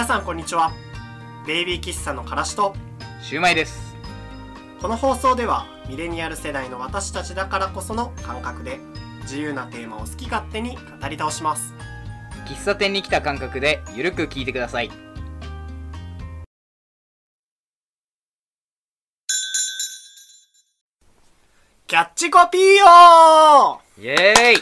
皆さんこんにちは。ベイビー喫茶のからしとシュウマイです。 この放送ではミレニアル世代の私たちだからこその感覚で自由なテーマを好き勝手に語り倒します。 喫茶店に来た感覚でゆるく聞いてください。 キャッチコピーよイエーイ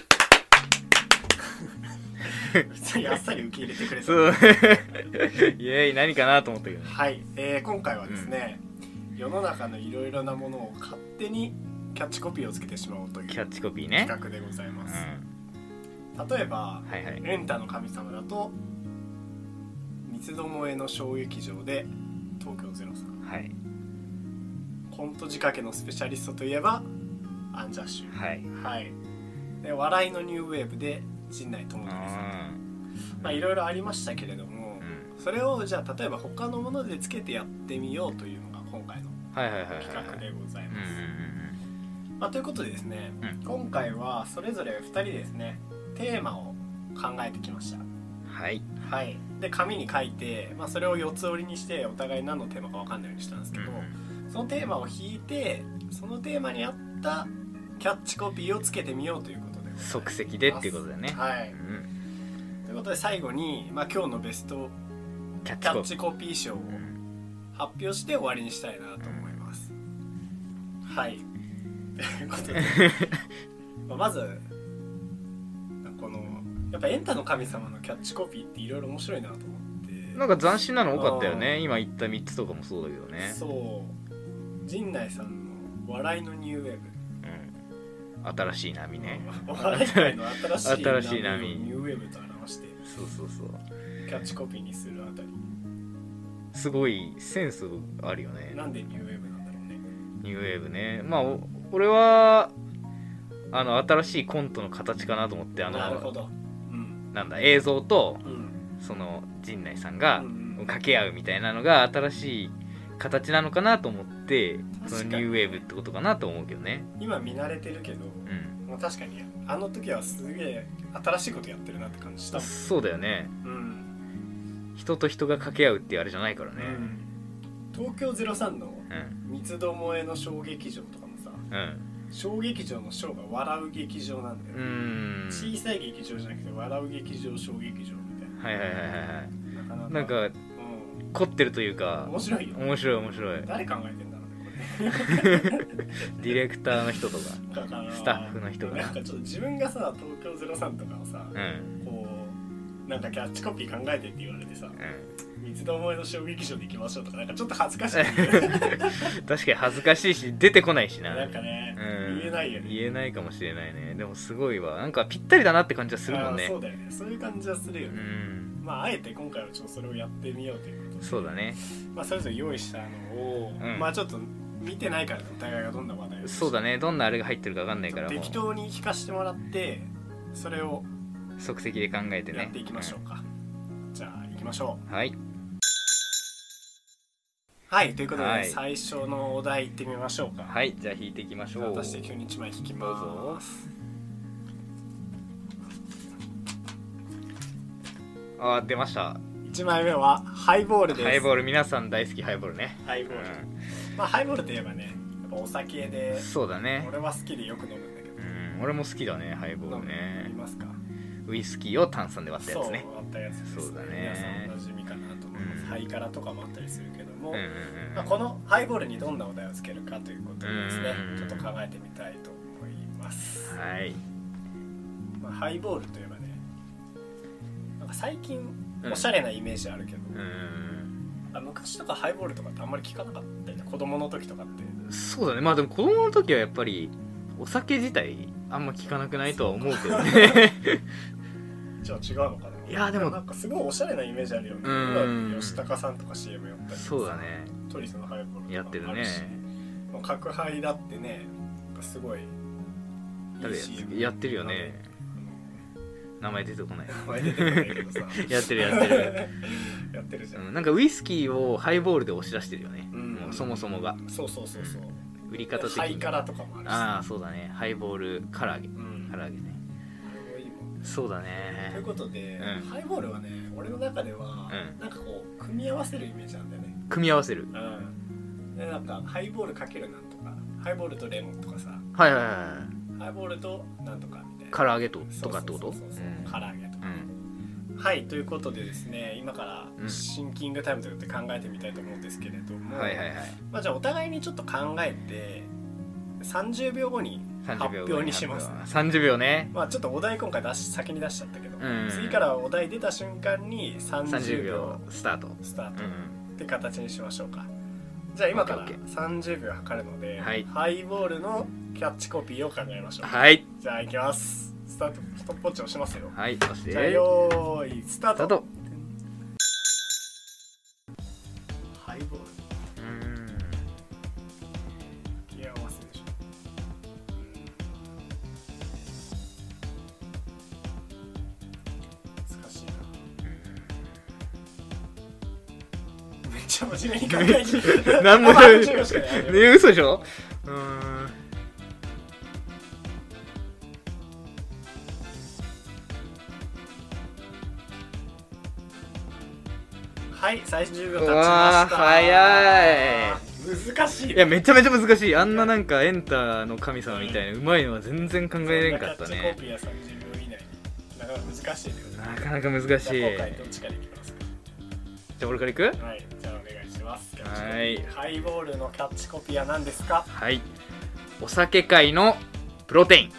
普通にあっさり受け入れてくれた。 そうイエーイ何かなと思ったけどね。 はい、今回はですね、世の中のいろいろなものを勝手にキャッチコピーをつけてしまおうというキャッチコピーね。 企画でございます。 う例えば、 はいはい、 エンタの神様だと三つどもえの小劇場で東京03、 はい、 コント仕掛けのスペシャリストといえばアンジャッシュ、 はいはい、で笑いのニューウェーブで陣内智則さんと、いろいろありましたけれども、それをじゃあ例えば他のものでつけてやってみようというのが今回の企画でございます。ということでですね、今回はそれぞれ2人でですねテーマを考えてきました。 はい、 はい、で紙に書いて、それを4つ折りにしてお互い何のテーマか分かんないようにしたんですけど、そのテーマを引いてそのテーマに合ったキャッチコピーをつけてみようということで即席でっていうことだよね。 はい、ということで最後に、今日のベストキャッチコピー賞を発表して終わりにしたいなと思います。はいということでまずこのやっぱエンタの神様のキャッチコピーっていろいろ面白いなと思って、 なんか斬新なの多かったよね。今言った3つとかもそうだけどね。 そう陣内さんの笑いのニューウェーブ、 新しい波ね。 笑い界の新しい波をニューウェーブと表して、 そうキャッチコピーにするあたりすごいセンスあるよね。 なんでニューウェーブなんだろうね。 ニューウェーブね。俺は新しいコントの形かなと思って、 なるほど、 なんだ映像と、その陣内さんが掛け合うみたいなのが新しい形なのかなと思って、そのニューウェーブってことかなと思うけどね。 今見慣れてるけど、確かにあの時はすげえ新しいことやってるなって感じした。 そうだよね、人と人が掛け合うっていうあれじゃないからね。 東京03の三つどもえの小劇場とかもさ、小劇場の小が笑う劇場なんだよね。小さい劇場じゃなくて笑う劇場小劇場みたいな。 なんか凝ってるというか面白いよ。 面白い。 誰考えてんだろうねこれディレクターの人とかスタッフの人がなんかちょっと自分がさ東京03とかをさ、こうなんかキャッチコピー考えてって言われてさ、三つどもえの小劇場で行きましょうとかなんかちょっと恥ずかしい確かに恥ずかしいし出てこないしな。 なんかね、言えないよね。 言えないかもしれないね。でもすごいわ、なんかぴったりだなって感じはするもんね。 そうだよね、そういう感じはするよね。あえて今回はちょっとそれをやってみようということで、 そうだね。 それぞれ用意したのを、ちょっと見てないからね、お互いがどんな話題を。 そうだね、どんなあれが入ってるか分かんないから適当に聞かせてもらってそれを即席で考えてねやっていきましょうか。じゃあ行きましょう。はい、ということで、最初のお題いってみましょうか。 はい、じゃあ引いていきましょう。 私で今日1枚引きます。 出ました。 1枚目はハイボールです。 ハイボール、皆さん大好きハイボールね。 ハイボール、ハイボールといえばね、やっぱお酒で、 そうだね、 俺は好きでよく飲むんだけど、 俺も好きだね、ハイボールね。 飲みますか？ ウイスキーを炭酸で割ったやつね。 そう、割ったやつですね。 そうだね、 皆さんおなじみかなと思います。ハイカラとかもあったりするけども、 ここのハイボールにどんなお題をつけるかということでですね、ちょっと考えてみたいと思います。 はい。 ハイボールといえばね、なんか最近おしゃれなイメージあるけど、昔とかハイボールとかってあんまり聞かなかったよね、子供の時とかって。 そうだね、でも子供の時はやっぱりお酒自体あんま聞かなくないとは思うけどねじゃあ違うのかな。 いやでもなんかすごいおしゃれなイメージあるよね。吉高さんとか CM やったり、 そうだね、 トリスのハイボールとかやってるね。 角杯だってね、すごいいい CM やってるよね。名前出てこない。 名前出てこないけどさやってるやってるじゃん。 なんかウイスキーをハイボールで押し出してるよね、もうそもそもが。 そう売り方的にハイカラとかもあるし。 そうだね、ハイボール唐揚げ、唐揚げね。 そうだね。 ということで、ハイボールはね俺の中では、なんかこう組み合わせるイメージなんだよね。 組み合わせる。 でなんかハイボールかけるなんとか、ハイボールとレモンとかさ、 はいはいはい。 ハイボールとなんとかみたいな。 唐揚げとかってこと？ 唐揚げとか。はいということでですね、今からシンキングタイムということで考えてみたいと思うんですけれども、まあじゃあお互いにちょっと考えて30秒後に発表にします。 30秒ね。 まあちょっとお題今回先に出しちゃったけど、次からお題出た瞬間に30秒スタートって形にしましょうか。じゃあ今から30秒測るので、ハイボールのキャッチコピーを考えましょう。 はい。 じゃあいきます。スタート、ストップウォッチ押しますよ。 はい、押して。 じゃあよーいスタート。ハイボール。掛け合わせでしょ。難しいな。めっちゃ真面目に考えてる。 なんもない。嘘でしょ。 はい、30秒経ちました。 早い。 難しい。 いやめちゃめちゃ難しい。あんななんかエンターの神様みたいなうまいのは全然考えれんかったね。 キャッチコピーは30秒以内になかなか難しいね。 なかなか難しい。 今回どっちからいきますか。 じゃあ俺からいく？ はい、じゃあお願いします。はい。ハイボールのキャッチコピーは何ですか？ はい。お酒界のプロテイン。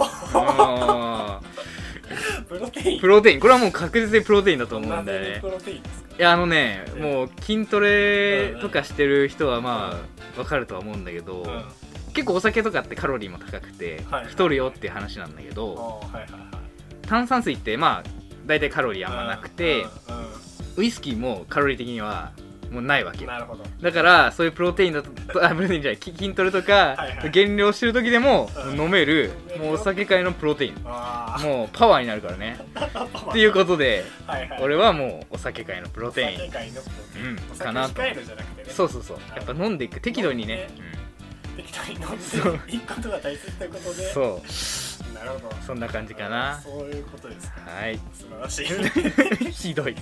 プロテイン。これはもう確実にプロテインだと思うんだよね。いやもう筋トレとかしてる人はまあ分かるとは思うんだけど、結構お酒とかってカロリーも高くて太るよっていう話なんだけど、炭酸水ってまあ大体カロリーあんまなくて、ウイスキーもカロリー的にはもうないわけ。 なるほど。 だからそういうプロテインだとプロテインじゃない筋トレとか減量してる時でも飲めるもうお酒界のプロテイン、もうパワーになるからねっていうことで俺はもうお酒界のプロテインかなと。そうそうそう、やっぱ飲んでいく適度にね、 適当に飲んでいくことが大切ということで、 そう、 なるほど、 そんな感じかな。 そういうことですか。 はい、 素晴らしい。 ひどい。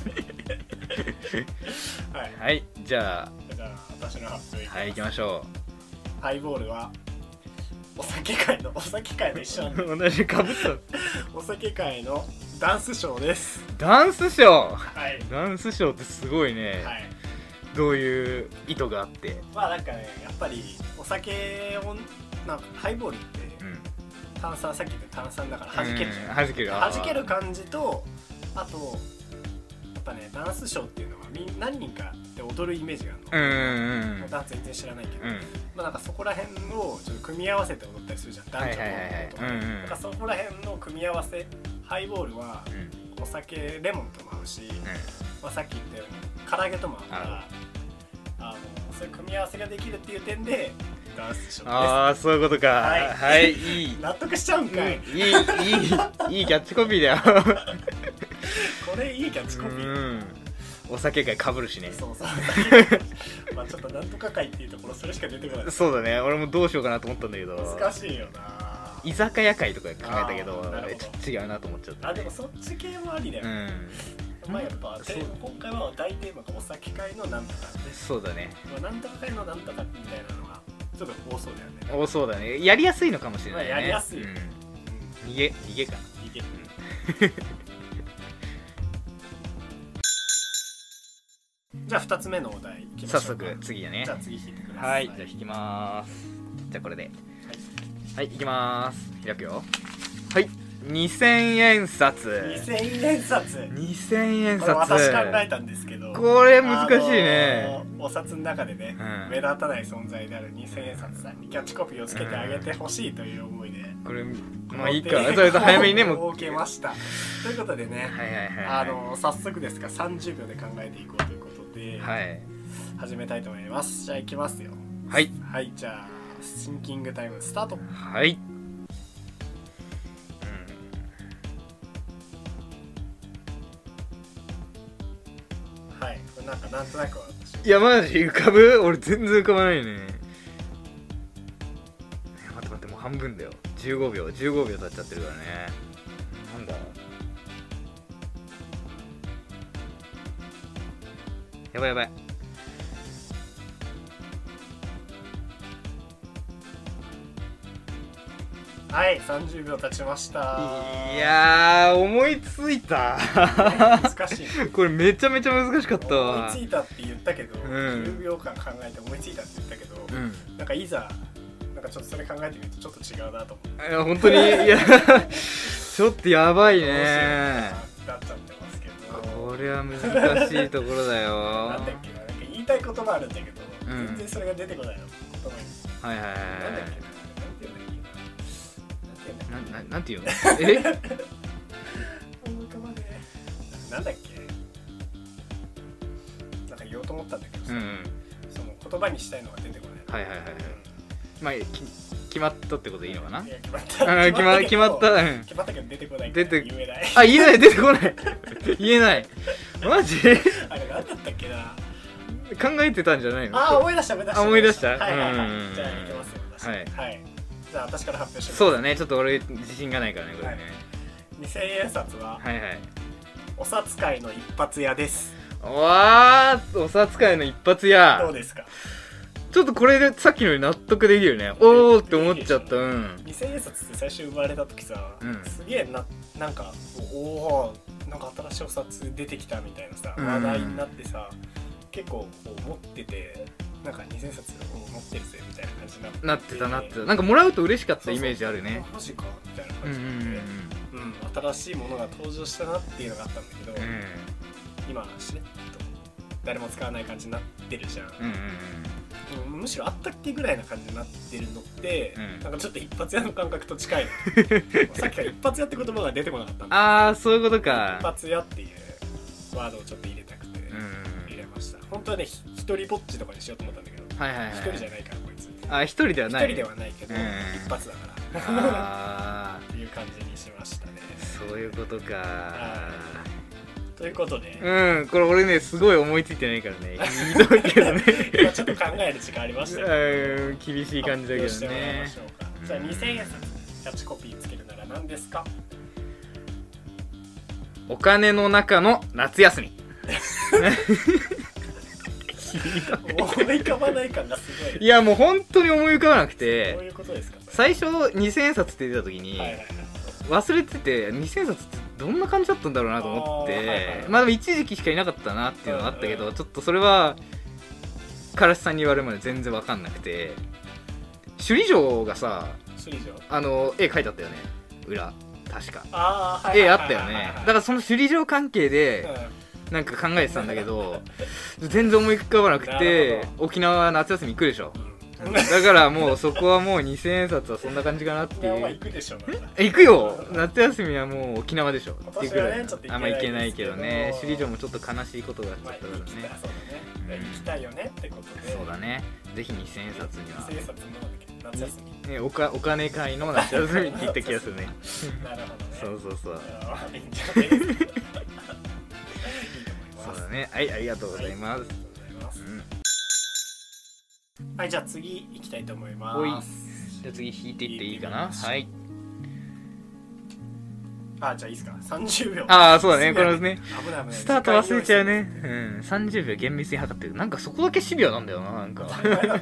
はい、じゃあ私の発表はい行きましょう。ハイボールはお酒界の一緒なんで同じかぶった。 お酒界のダンスショーです。 ダンスショー。 はい、 ダンスショーってすごいね。はい、どういう意図があって？ まあなんかね、やっぱりお酒をなんかハイボールって、炭酸、さっき言った炭酸だから弾けるじゃん。弾ける感じと、あとやっぱね、ダンスショーっていうのは何人かで踊るイメージがあるの。ダンス全然知らないけど、まあなんかそこら辺をちょっと組み合わせて踊ったりするじゃん。男女の踊とか。なんかそこら辺の組み合わせ、ハイボールはお酒レモンとも合うし、まあさっき言ったように唐揚げとも合うから。そういう組み合わせができるっていう点でダンスショーです。 ああ、そういうことか。はい、いい。 納得しちゃうんかい。 いいキャッチコピーだよ。 これいいキャッチコピー。 お酒会かぶるしね。 そうそう。まあちょっとなんとか会っていうところそれしか出てこない。 そうだね。俺もどうしようかなと思ったんだけど。 難しいよな。 居酒屋会とか考えたけど、ちょっと違うなと思っちゃった。 あ、でもそっち系もありだよ。まあやっぱ今回は大テーマがお酒会のなんとかで、 そうだね。 なんとか会のなんとかみたいなのがちょっと多そうだよね。 多そうだね。やりやすいのかもしれないね。 やりやすい。 逃げかな。 逃げ。じゃあ2つ目のお題いきましょう。 早速次だね。 じゃあ次引いてください。 はい、じゃあ引きまーす。じゃあこれではい、いきまーす。開くよ。はい、2000円札。 2000円札。 2000円札。 これ私考えたんですけど、 これ難しいね。 お札の中でね、目立たない存在である2000円札さんにキャッチコピーをつけてあげてほしいという思いで、 これまあいいか、それと早めにねも設けました。ということでね、早速ですが30秒で考えていこうということで、始めたいと思います。じゃあいきますよ。はい、じゃあシンキングタイムスタート。 はい。 はい、これなんかなんとなく私。 いやマジ浮かぶ？俺全然浮かばないね。待ってもう半分だよ。15秒経っちゃってるからね。なんだ。 やばいやばい。 はい、30秒経ちました。 いやー、思いついた。 難しい。 これめちゃめちゃ難しかったわ。 思いついたって言ったけど、10秒間考えて思いついたって言ったけど、なんかいざなんかちょっとそれ考えてみるとちょっと違うなと思って。 いや本当に、いやちょっとやばいね。 なっちゃってますけど。 これは難しいところだよ。 なんだっけな、なんか言いたい言葉あるんだけど、全然それが出てこないの。言葉に。 はいはいはい。 なんだっけな。 なんていうの？ なんだっけ？なんか言おうと思ったんだけどさ、その言葉にしたいのが出てこない。 はいはいはいはい。まあ決まったってことでいいのかな？ いや決まった。 決まった。 決まったけど出てこない。言えない。 あ、言えない、出てこない。言えない。マジ？ あれなんだったっけな。 考えてたんじゃないの？ あ、思い出した。 思い出した。 はいはいはい。じゃあ行きますよ。はい。じゃあ私から発表します。 そうだね、ちょっと俺自信がないからね、これね。 2000円札は、 はいはい、 お札会の一発屋です。 わー、お札会の一発屋。 どうですか？ ちょっとこれでさっきのより納得できるね。おーって思っちゃった。 2000円札って最初生まれた時さ、すげえなんかおー、なんか新しいお札出てきたみたいなさ、話題になってさ、結構こう持ってて、なんか2000冊を持ってるぜみたいな感じになってた。 なんかもらうと嬉しかったイメージあるね。 マジかみたいな感じになって、新しいものが登場したなっていうのがあったんだけど、今しれっと誰も使わない感じになってるじゃん。むしろあったっけぐらいな感じになってるのって、なんかちょっと一発屋の感覚と近いの。さっきから一発屋って言葉が出てこなかったんだ。 あー、そういうことか。 一発屋っていうワードをちょっと入れたくて入れました。本当はね、一人ぼっちとかにしようと思ったんだけど、一人じゃないからこいつ。 あ、一人ではない。 一人ではないけど、一発だから。っていう感じにしましたね。 そういうことか。 ということで、 これ俺ねすごい思いついてないからね。ひどいけどね。 今ちょっと考える時間ありましたよ。 厳しい感じだけどね。 じゃあ2000円札キャッチコピーつけるなら何ですか？ お金の中の夏休み。 思い浮かばない感がすごい。 いやもう本当に思い浮かばなくて。 どういうことですか？ 最初2000円札って出た時に忘れてて、2000円札ってどんな感じだったんだろうなと思って、まあでも一時期しかいなかったなっていうのがあったけど、ちょっとそれはからしさんに言われるまで全然分かんなくて、首里城がさ、絵描いてあったよね、裏確か。絵あったよね。だからその首里城関係でなんか考えてたんだけど、全然思い浮かばなくて、沖縄夏休み行くでしょ。だからもうそこはもう2000円札はそんな感じかなっていう。 行くでしょ。 行くよ。夏休みはもう沖縄でしょ。あんま行けないけどね。首里城もちょっと悲しいことがあっちゃったからね。 行きたいよねってことで。 そうだね。ぜひ2000円札には。 2000円札の夏休み。 ね、お金会の夏休みって言った気がするね。 なるほどね。 そうそうそう。 いいんじゃないですか。 そうだね。はい、ありがとうございます。 はい、じゃあ次行きたいと思います。 じゃあ次引いていっていいかな。はい。 あ、じゃあいいですか。30秒。 ああ、そうだね。これね。 危ない。 スタート忘れちゃうね。30秒厳密に測ってる。なんかそこだけシビアなんだよな。なんか。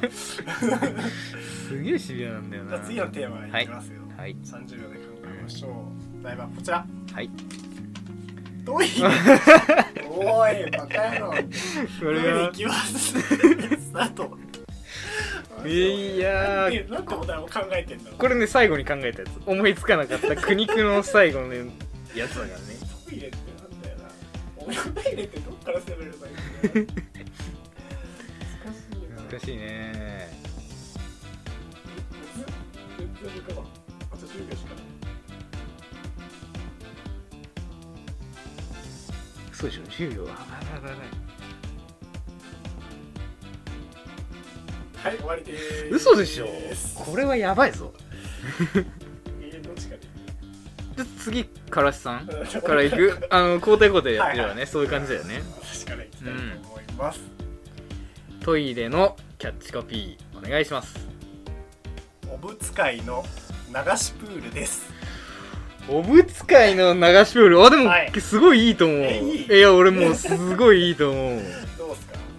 すげえシビアなんだよな。 じゃあ次のテーマいきますよ。 はい。 30秒で考えましょう。題はこちら。 はい。 どういう。おい、バカ野郎。これはいきます。スタート。 いやー、なんて答えを考えてんだろう。 これね、最後に考えたやつ。思いつかなかった苦肉の最後のやつだからね。 トイレってなんだよな。お前トイレってどっから攻めればいいんだよ。 難しいね。 全然浮かばん。あと10秒しかない。 そうでしょ、10秒は。 はい、終わりでーす。 嘘でしょ。これはやばいぞ。 どっちかで。 じゃあ次からしさんからいく。交代交代やってるわね。そういう感じだよね。 私からいきたいと思います。 トイレのキャッチコピーお願いします。 おぶつかいの流しプールです。 おぶつかいの流しプール。あ、でもすごいいいと思う。いや、俺もうすごいいいと思う。 どうすか。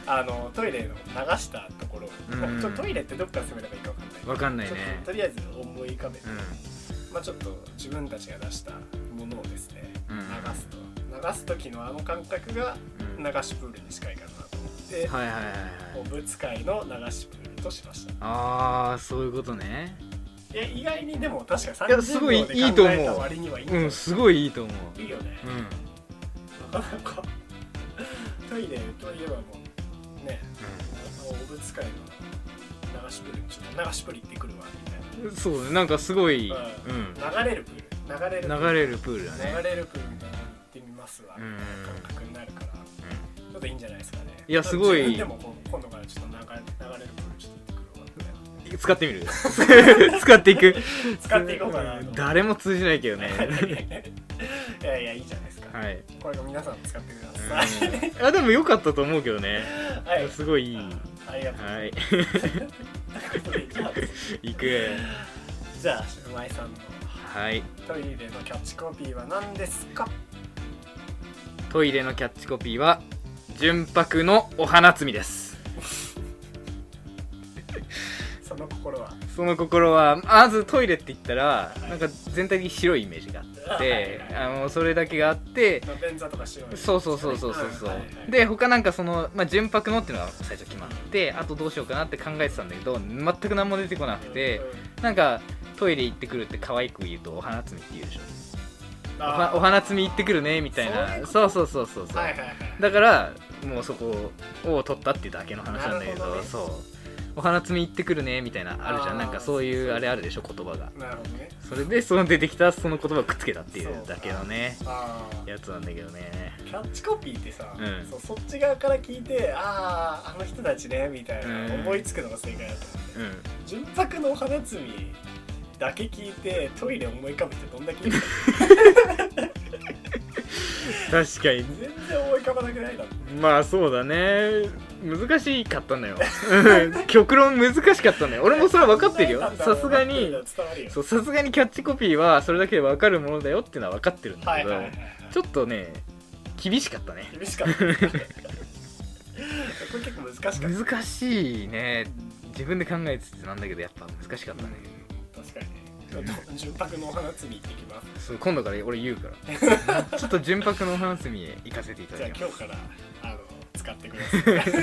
トイレの流したところ、トイレってどっから攻めればいいか分かんないね。 とりあえず思い浮かべて、まあちょっと自分たちが出したものをですね、流す時の感覚が流しプールに近いかなと思って、おぶつかいの流しプールとしました。 ああ、そういうことね。 いや、意外にでも確か30秒で考えた割にはいいんじゃない？ すごいいいと思う。 いいよね。なかなかトイレといえばもうね、おぶつかいの流しプールにちょっと流しプール行ってくるわみたいな。 そうね、なんかすごい、 流れるプール、 流れるプールだね。 流れるプールみたいなの行ってみますわみたいな感覚になるから、ちょっといいんじゃないですかね。 いや、すごい。 でも今度からちょっと流れるプールちょっと行ってくるわみたいな。 使ってみる使っていく使っていこうかな。 誰も通じないけどね。 いやいや、いいじゃないですか。 はい、 これが皆さんも使ってください。 あ、でも良かったと思うけどね。すごいいい。 ありがとうございます。 いく。 じゃあ、シュウマイさんのトイレのキャッチコピーは何ですか？ トイレのキャッチコピーは純白のお花摘みです。その心はまずトイレって言ったらなんか全体的に白いイメージがあって、それだけがあって、 便座とか白い。 そうで、他なんか純白のっていうのが最初決まって、あとどうしようかなって考えてたんだけど、全く何も出てこなくて、なんかトイレ行ってくるって可愛く言うとお花摘みって言うでしょ。お花摘み行ってくるねみたいな。そうだからもうそこを取ったっていうだけの話なんだけど、お花摘み行ってくるねみたいなあるじゃん。なんかそういうあれあるでしょ、言葉が。 なるほどね。 それで出てきたその言葉をくっつけたっていうだけのねやつなんだけどね。 キャッチコピーってさ、そっち側から聞いて、あの人たちねみたいな思いつくのが正解だと思って、純白のお花摘みだけ聞いてトイレ思い浮かべてどんだけいいか確かに全然思い浮かばなくないだろ。 まあそうだね、難しかったんだよ。極論難しかったんだよ。俺もそれは分かってるよ。さすがにキャッチコピーはそれだけで分かるものだよっていうのは分かってるんだけど、ちょっとね厳しかったね。 厳しかったこれ結構難しかった。 難しいね。自分で考えつつなんだけどやっぱ難しかったね。 確かにね。純白のお花摘み行ってきます。 今度から俺言うからちょっと純白のお花摘みへ行かせていただきます。 じゃあ今日から使ってくださ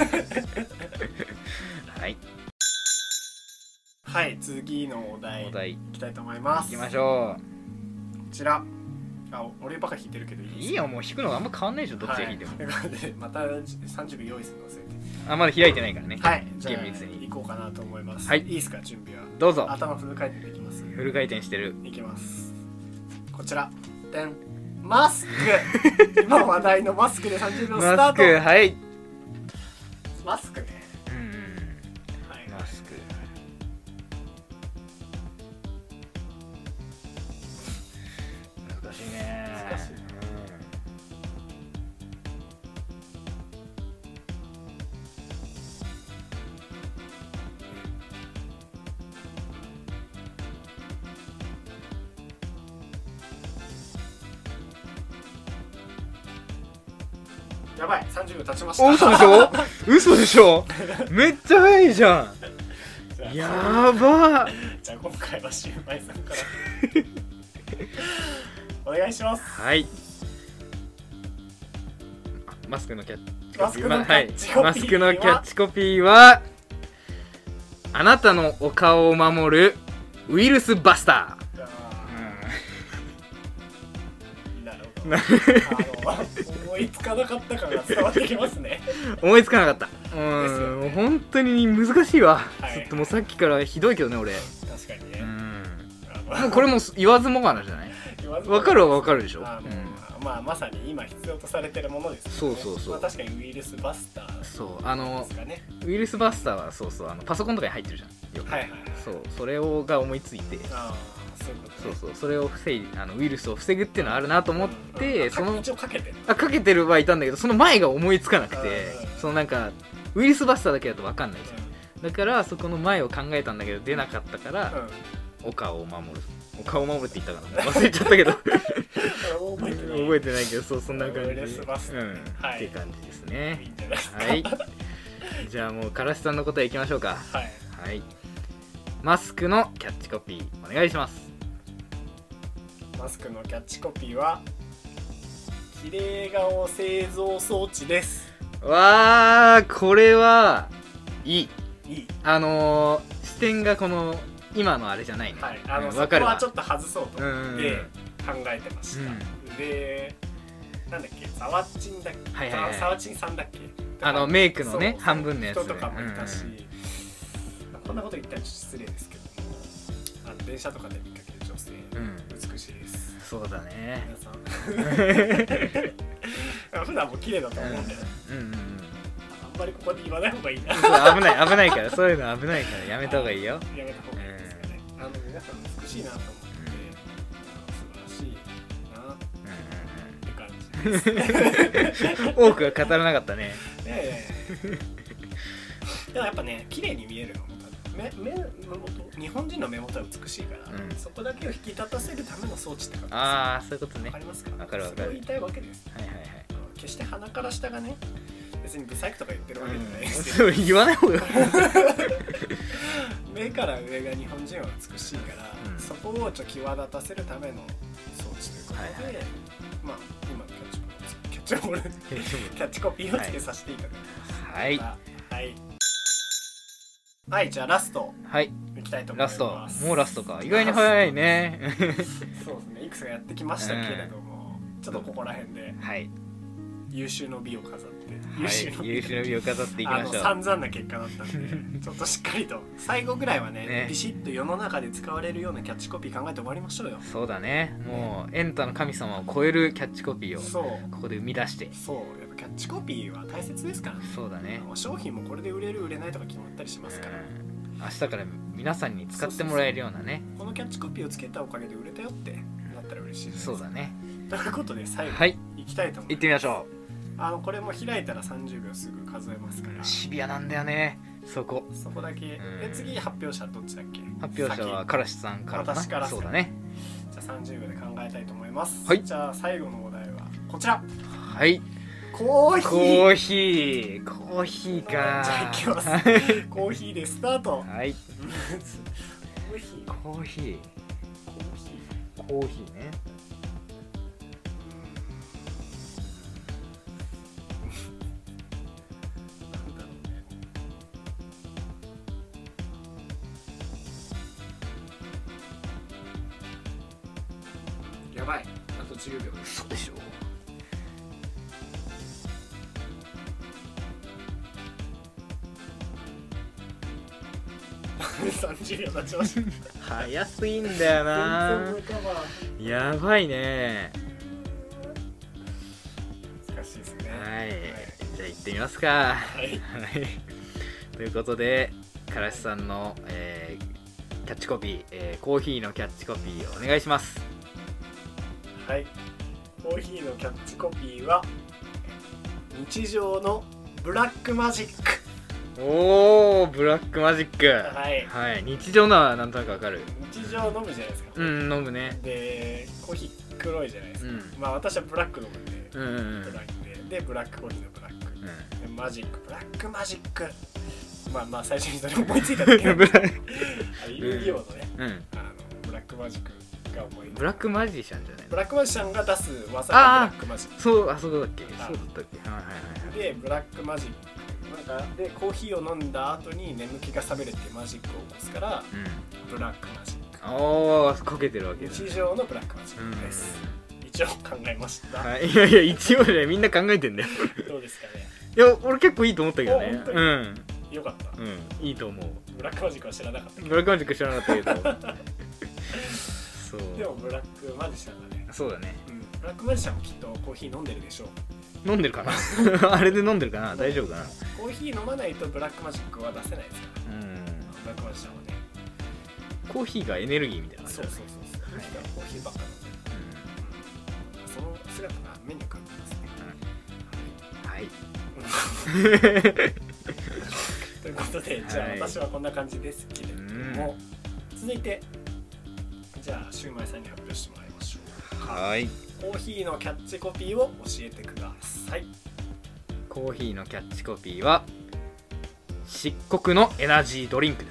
い。はい、次のお題いきたいと思います。 行きましょう。 こちら。俺ばっか弾いてるけどいいですか？ いいよ、もう弾くのがあんま変わんないでしょ、どっちが弾いても。 また30秒用意するの忘れて。 まだ開いてないからね。 はい、じゃあ行こうかなと思います。いいですか、準備は。 どうぞ。 頭フル回転できます。 フル回転してる。 いきます。こちら。でん。マスク今話題のマスクで30秒スタート。 マスク、はい。 マスクね。 マスク。難しいね。 難しい。やばい、30秒経ちました。 嘘でしょ嘘でしょめっちゃ早いじゃん。やば。 じゃあ今回はシュウマイさんからお願いします。 はい、マスクのキャッチコピーはあなたのお顔を守るウイルスバスター。 なるほど。思いつかなかった感が伝わってきますね。 思いつかなかった。もう本当に難しいわ。ちょっともうさっきからひどいけどね俺。 確かにね。 もうこれも言わずもがなじゃない。わかるはわかるでしょ。 まあまさに今必要とされてるものですね。そう。確かにウイルスバスター。 ウイルスバスターはパソコンとかに入ってるじゃん。よく。それが思いついて。それをウイルスを防ぐっていうのはあるなと思って、 一応かけてるはいたんだけど、その前が思いつかなくて、なんかウイルスバスターだけだと分かんないじゃん。だからそこの前を考えたんだけど出なかったから、お顔を守るって言ったかな、忘れちゃったけど覚えてないけど、そんな感じでって感じですね。 はい。 じゃあもうからしさんの答えいきましょうか。 はい、 はい、マスクのキャッチコピーお願いします。 マスクのキャッチコピーは綺麗顔製造装置です。 わー、これはいい視点がこの今のあれじゃないね。 はい、そこはちょっと外そうと思って考えてました、で、なんだっけ、ザワチンだっけ、ザワチンさんだっけ、 メイクのね半分のやつ人とかもいたし、こんなこと言ったら失礼ですけども、電車とかで見かける女性、美しいです。 そうだね、 皆さん普段も綺麗だと思うんだよ。あんまりここで言わない方がいいな。 危ないから、そういうの危ないからやめた方がいいよ。 やめた方がいいですかね。皆さん美しいなと思って素晴らしいなって感じです。 多くは語らなかったね。 でもやっぱね、綺麗に見えるのも日本人の目元は美しいから、そこだけを引き立たせるための装置ってことです。 ああ、そういうことね。 わかりますか？ わかるわかる。 それを言いたいわけです。 はいはいはい。 決して鼻から下がね、別にブサイクとか言ってるわけじゃないですけど、言わない方が目から上が日本人は美しいから、そこを際立たせるための装置ということで、まあ今のキャッチコピーをつけさせていただきます。 はいはい、じゃあラストいきたいと思います。 ラスト、もうラストか。意外に早いね。 そうですね、いくつかやってきましたけれども、ちょっとここら辺で優秀の美を飾って、優秀の美を飾っていきましょう。散々な結果だったんで、ちょっとしっかりと最後ぐらいはね、ビシッと世の中で使われるようなキャッチコピー考えて終わりましょうよ。 そうだね、もうエンタの神様を超えるキャッチコピーをここで生み出して。 そう、やっぱキャッチコピーは大切ですからね。 そうだね、 商品もこれで売れる売れないとか決まったりしますから、 明日から皆さんに使ってもらえるようなね、 このキャッチコピーをつけたおかげで売れたよってなったら嬉しいです。 そうだね。 ということで最後いきたいと思います。 行ってみましょう。 これも開いたら30秒すぐ数えますから、 シビアなんだよね、そこだけ。で、次発表者どっちだっけ？ 発表者はからしさんからかな。 私から。 そうだね。 じゃあ30秒で考えたいと思います。 はい。 じゃあ最後のお題はこちら。 はい。 コーヒーか。 じゃあいきます。コーヒーでスタート。 はい。コーヒーね。 やばい、あと10秒です。 そうでしょう。 30秒経ちました。 早すぎんだよな。やばいね。 難しいですね。 はい、じゃあ行ってみますか。ということで、からしさんの、キャッチコピー、コーヒーのキャッチコピーお願いします。 はい、コーヒーのキャッチコピーは日常のブラックマジック。 おー、ブラックマジック。 はい、 日常のはなんとなくわかる。 日常飲むじゃないですか。 飲むね。 で、コーヒー黒いじゃないですか。まあ私はブラック飲むんで、ブラックでブラックコーヒーのブラック、マジック、ブラックマジック。まあ最初にそれ思いついただけなんで、遊戯王のね、ブラックマジックが思いついた。 ブラックマジシャンじゃない？ ブラックマジシャンが出す技がブラックマジック。 そうだっけ？そうだったっけ？ で、ブラックマジックでコーヒーを飲んだ後に眠気が覚めるっていうマジックを起こすから、ブラックマジック。 おー、こけてるわけだ。 日常のブラックマジックです。一応考えました。 いや一応ね、みんな考えてんだよ。 どうですかね。 いや、俺結構いいと思ったけどね。 よかった。 いいと思う。 ブラックマジックは知らなかった。 ブラックマジック知らなかったけど。 そう。でもブラックマジシャンだね。 そうだね。 ブラックマジシャンもきっとコーヒー飲んでるでしょう。 飲んでるかな。あれで飲んでるかな。大丈夫かな。 コーヒー飲まないとブラックマジックは出せないですから。ブラックマジシャンはね。 コーヒーがエネルギーみたいな。 そう。コーヒーばっか飲んでる。その姿が目に浮かんでますね。はい。ということで、じゃあ私はこんな感じですけれども、続いてじゃあシュウマイさんに発表してもらいましょう。 はい。 コーヒーのキャッチコピーを教えてください。 コーヒーのキャッチコピーは漆黒のエナジードリンクです。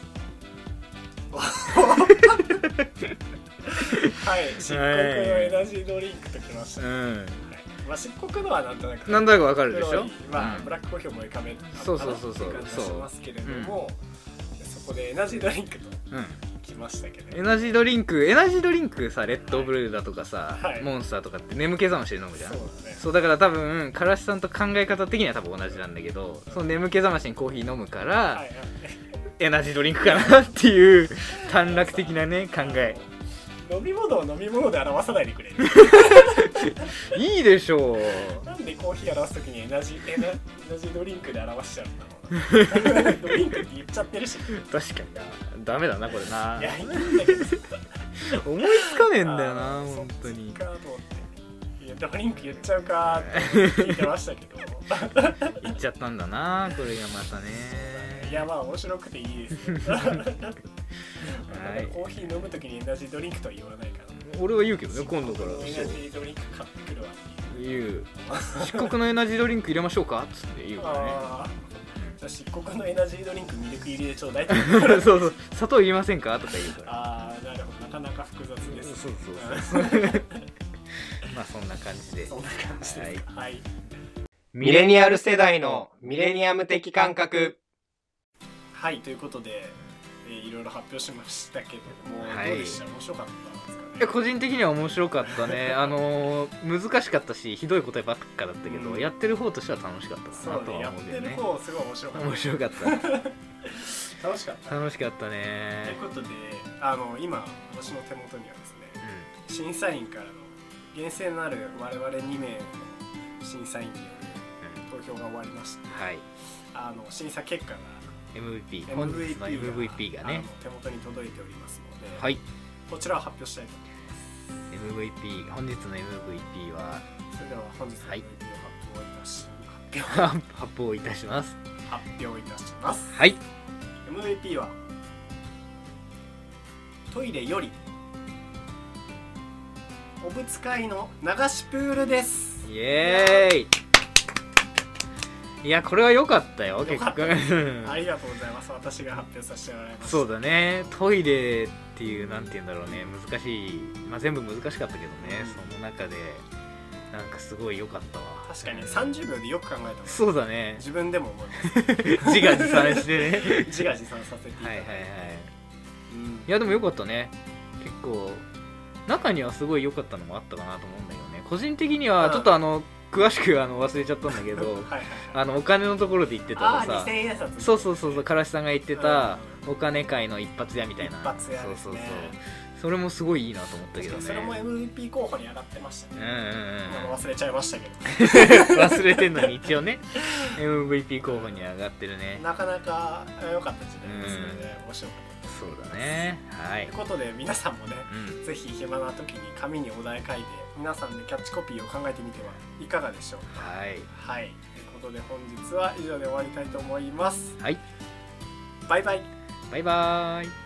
はい、漆黒のエナジードリンクときました、まあ、漆黒のはなんとなくなんとなくわかるでしょ。 まあ、ブラックコーヒーを思い浮かべたそうそうそうそうしますけれども、そこでエナジードリンクときましたけど、 エナジードリンクさ、レッドブルーだとかさ、モンスターとかって眠気覚ましで飲むじゃん。そうだから多分からしさんと考え方的には多分同じなんだけど、その眠気覚ましにコーヒー飲むから、エナジードリンクかなっていう短絡的なね考え。 飲み物を飲み物で表さないでくれる。 いいでしょう。 なんでコーヒー表すときにエナジードリンクで表しちゃうんだろう。ドリンクって言っちゃってるし。 確かにな、ダメだなこれな。 いや、いいんだけど思いつかねえんだよな本当に。 いや、ドリンク言っちゃうかって聞いてましたけど。 言っちゃったんだなこれがまたね。 いや、まあ面白くていいですよ。コーヒー飲むときにエナジードリンクとは言わないから。 俺は言うけどね、今度から。 エナジードリンク買ってくるわって言う。漆黒のエナジードリンク入れましょうかっつって言うからね。 じゃあ漆黒のエナジードリンクミルク入りでちょうだいって。 そうそう、砂糖入れませんかとか言うから。 ああ、なるほど、なかなか複雑です。 そうそうまあそんな感じで。 そんな感じです。はい。 ミレニアル世代のミレニアム的感覚。 はい、ということで、いろいろ発表しましたけども、どうでした？面白かったですかね。 個人的には面白かったね。難しかったし、ひどい答えばっかだったけど、やってる方としては楽しかったかなとは思うんだよね。 やってる方すごい面白かった。 面白かった。 楽しかった。 楽しかったね。 ということで、今私の手元にはですね、審査員からの厳正なる我々2名の審査員による投票が終わりまして、審査結果が MVP 本日の MVP がね手元に届いておりますので、こちらを発表したいと思います。 MVP 本日の MVP は、 それでは本日の MVP を発表いたします。 発表いたします。 はい。 MVP はトイレよりおぶつかいの流しプールです。 イエーイ。いや、これは良かったよ結構。 ありがとうございます。私が発表させてもらいます。 そうだね、トイレっていうなんて言うんだろうね、難しい、まあ全部難しかったけどね、その中でなんかすごい良かったわ。 確かに30秒でよく考えたもん。 そうだね、 自分でも思います。 自画自賛してね。 自画自賛させていただいて、いやでも良かったね。結構中にはすごい良かったのもあったかなと思うんだけどね。個人的にはちょっと詳しく忘れちゃったんだけどお金のところで言ってたらさ、そうからしさんが言ってたお金会の一発屋みたいな、そうそれもすごいいいなと思ったけどね。 それも MVP 候補に上がってましたね。忘れちゃいましたけど。 忘れてんのに一応ね MVP 候補に上がってるね。 なかなか良かった時代ですので面白かった。 そうだね。はい。 ということで皆さんもね、ぜひ暇な時に紙にお題書いて皆さんでキャッチコピーを考えてみてはいかがでしょうか。はい。はい。ということで本日は以上で終わりたいと思います。はい。バイバイ。 バイバイ。